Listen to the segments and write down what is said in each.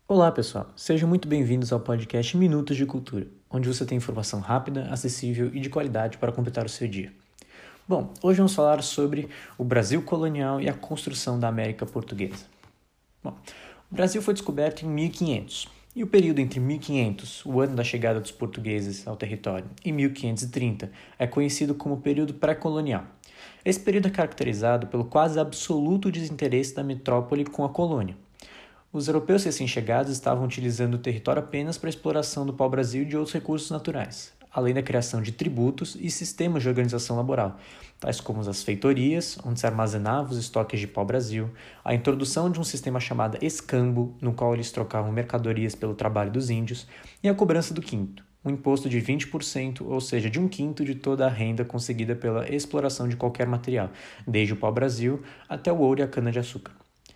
Olá, pessoal. Sejam muito bem-vindos ao podcast Minutos de Cultura, onde você tem informação rápida, acessível e de qualidade para completar o seu dia. Bom, hoje vamos falar sobre o Brasil colonial e a construção da América Portuguesa. Bom, o Brasil foi descoberto em 1500, e o período entre 1500, o ano da chegada dos portugueses ao território, e 1530 é conhecido como período pré-colonial. Esse período é caracterizado pelo quase absoluto desinteresse da metrópole com a colônia. Os europeus recém-chegados estavam utilizando o território apenas para a exploração do pau-brasil e de outros recursos naturais, além da criação de tributos e sistemas de organização laboral, tais como as feitorias, onde se armazenava os estoques de pau-brasil, a introdução de um sistema chamado escambo, no qual eles trocavam mercadorias pelo trabalho dos índios, e a cobrança do quinto, um imposto de 20%, ou seja, de um quinto de toda a renda conseguida pela exploração de qualquer material, desde o pau-brasil até o ouro e a cana-de-açúcar.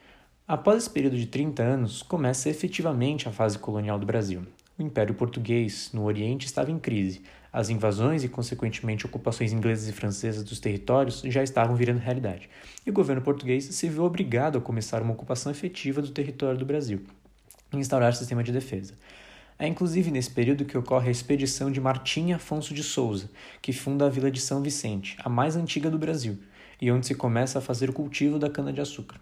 Após esse período de 30 anos, começa efetivamente a fase colonial do Brasil. O Império Português, no Oriente, estava em crise. As invasões e, consequentemente, ocupações inglesas e francesas dos territórios já estavam virando realidade. E o governo português se viu obrigado a começar uma ocupação efetiva do território do Brasil e instaurar sistema de defesa. É inclusive nesse período que ocorre a expedição de Martim Afonso de Souza, que funda a Vila de São Vicente, a mais antiga do Brasil, e onde se começa a fazer o cultivo da cana-de-açúcar.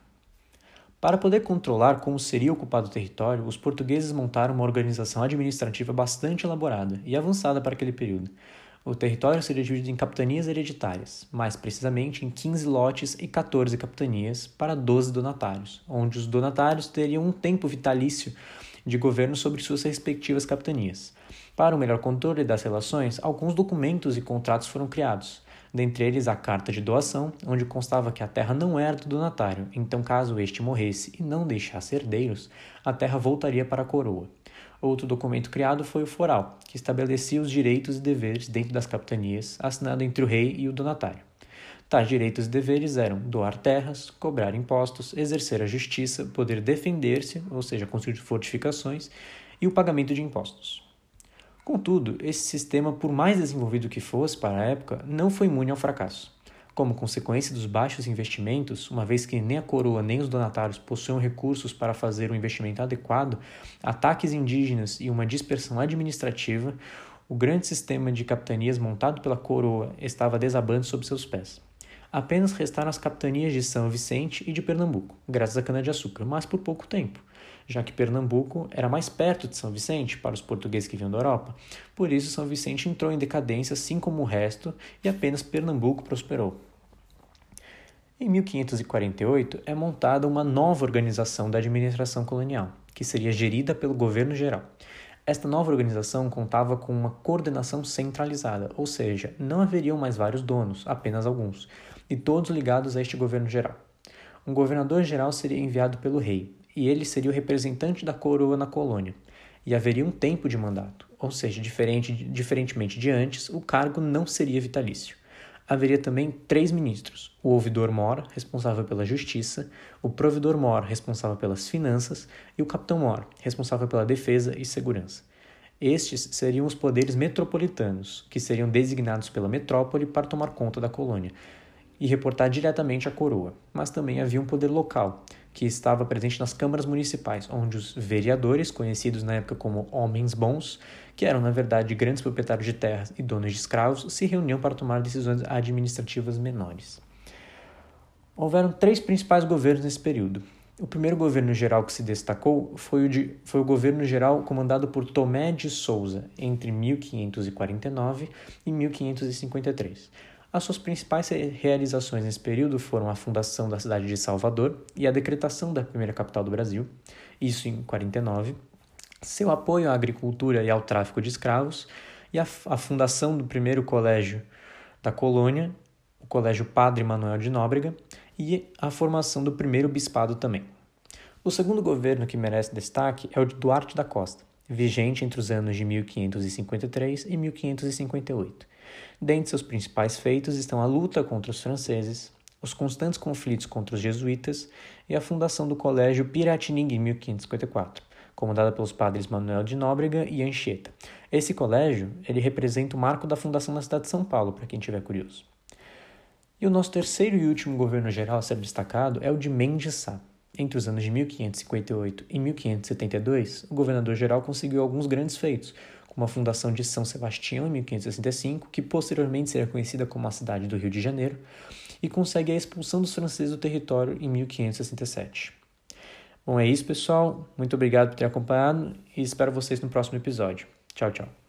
Para poder controlar como seria ocupado o território, os portugueses montaram uma organização administrativa bastante elaborada e avançada para aquele período. O território seria dividido em capitanias hereditárias, mais precisamente em 15 lotes e 14 capitanias para 12 donatários, onde os donatários teriam um tempo vitalício de governo sobre suas respectivas capitanias. Para o melhor controle das relações, alguns documentos e contratos foram criados. Dentre eles, a carta de doação, onde constava que a terra não era do donatário, então caso este morresse e não deixasse herdeiros, a terra voltaria para a coroa. Outro documento criado foi o foral, que estabelecia os direitos e deveres dentro das capitanias, assinado entre o rei e o donatário. Tais direitos e deveres eram doar terras, cobrar impostos, exercer a justiça, poder defender-se, ou seja, construir fortificações, e o pagamento de impostos. Contudo, esse sistema, por mais desenvolvido que fosse para a época, não foi imune ao fracasso. Como consequência dos baixos investimentos, uma vez que nem a coroa nem os donatários possuíam recursos para fazer um investimento adequado, ataques indígenas e uma dispersão administrativa, o grande sistema de capitanias montado pela coroa estava desabando sob seus pés. Apenas restaram as capitanias de São Vicente e de Pernambuco, graças à cana-de-açúcar, mas por pouco tempo, já que Pernambuco era mais perto de São Vicente para os portugueses que vinham da Europa. Por isso, São Vicente entrou em decadência, assim como o resto, e apenas Pernambuco prosperou. Em 1548, é montada uma nova organização da administração colonial, que seria gerida pelo governo geral. Esta nova organização contava com uma coordenação centralizada, ou seja, não haveriam mais vários donos, apenas alguns, e todos ligados a este governo geral. Um governador-geral seria enviado pelo rei, e ele seria o representante da coroa na colônia, e haveria um tempo de mandato, ou seja, diferentemente de antes, o cargo não seria vitalício. Haveria também 3 ministros, o ouvidor-mor, responsável pela justiça, o provedor-mor, responsável pelas finanças, e o capitão-mor, responsável pela defesa e segurança. Estes seriam os poderes metropolitanos, que seriam designados pela metrópole para tomar conta da colônia e reportar diretamente à coroa, mas também havia um poder local, que estava presente nas câmaras municipais, onde os vereadores, conhecidos na época como homens bons, que eram na verdade grandes proprietários de terras e donos de escravos, se reuniam para tomar decisões administrativas menores. Houveram 3 principais governos nesse período. O primeiro governo geral que se destacou foi o governo geral comandado por Tomé de Souza, entre 1549 e 1553. As suas principais realizações nesse período foram a fundação da cidade de Salvador e a decretação da primeira capital do Brasil, isso em 49, seu apoio à agricultura e ao tráfico de escravos e a fundação do primeiro colégio da colônia, o Colégio Padre Manuel de Nóbrega, e a formação do primeiro bispado também. O segundo governo que merece destaque é o de Duarte da Costa, vigente entre os anos de 1553 e 1558. Dentre seus principais feitos estão a luta contra os franceses, os constantes conflitos contra os jesuítas e a fundação do Colégio Piratininga em 1554, comandada pelos padres Manuel de Nóbrega e Anchieta. Esse colégio ele representa o marco da fundação da cidade de São Paulo, para quem estiver curioso. E o nosso terceiro e último governo geral a ser destacado é o de Mendes Sá. entre os anos de 1558 e 1572, o governador-geral conseguiu alguns grandes feitos, como a fundação de São Sebastião em 1565, que posteriormente seria conhecida como a cidade do Rio de Janeiro, e consegue a expulsão dos franceses do território em 1567. Bom, é isso, pessoal. Muito obrigado por ter acompanhado e espero vocês no próximo episódio. Tchau, tchau.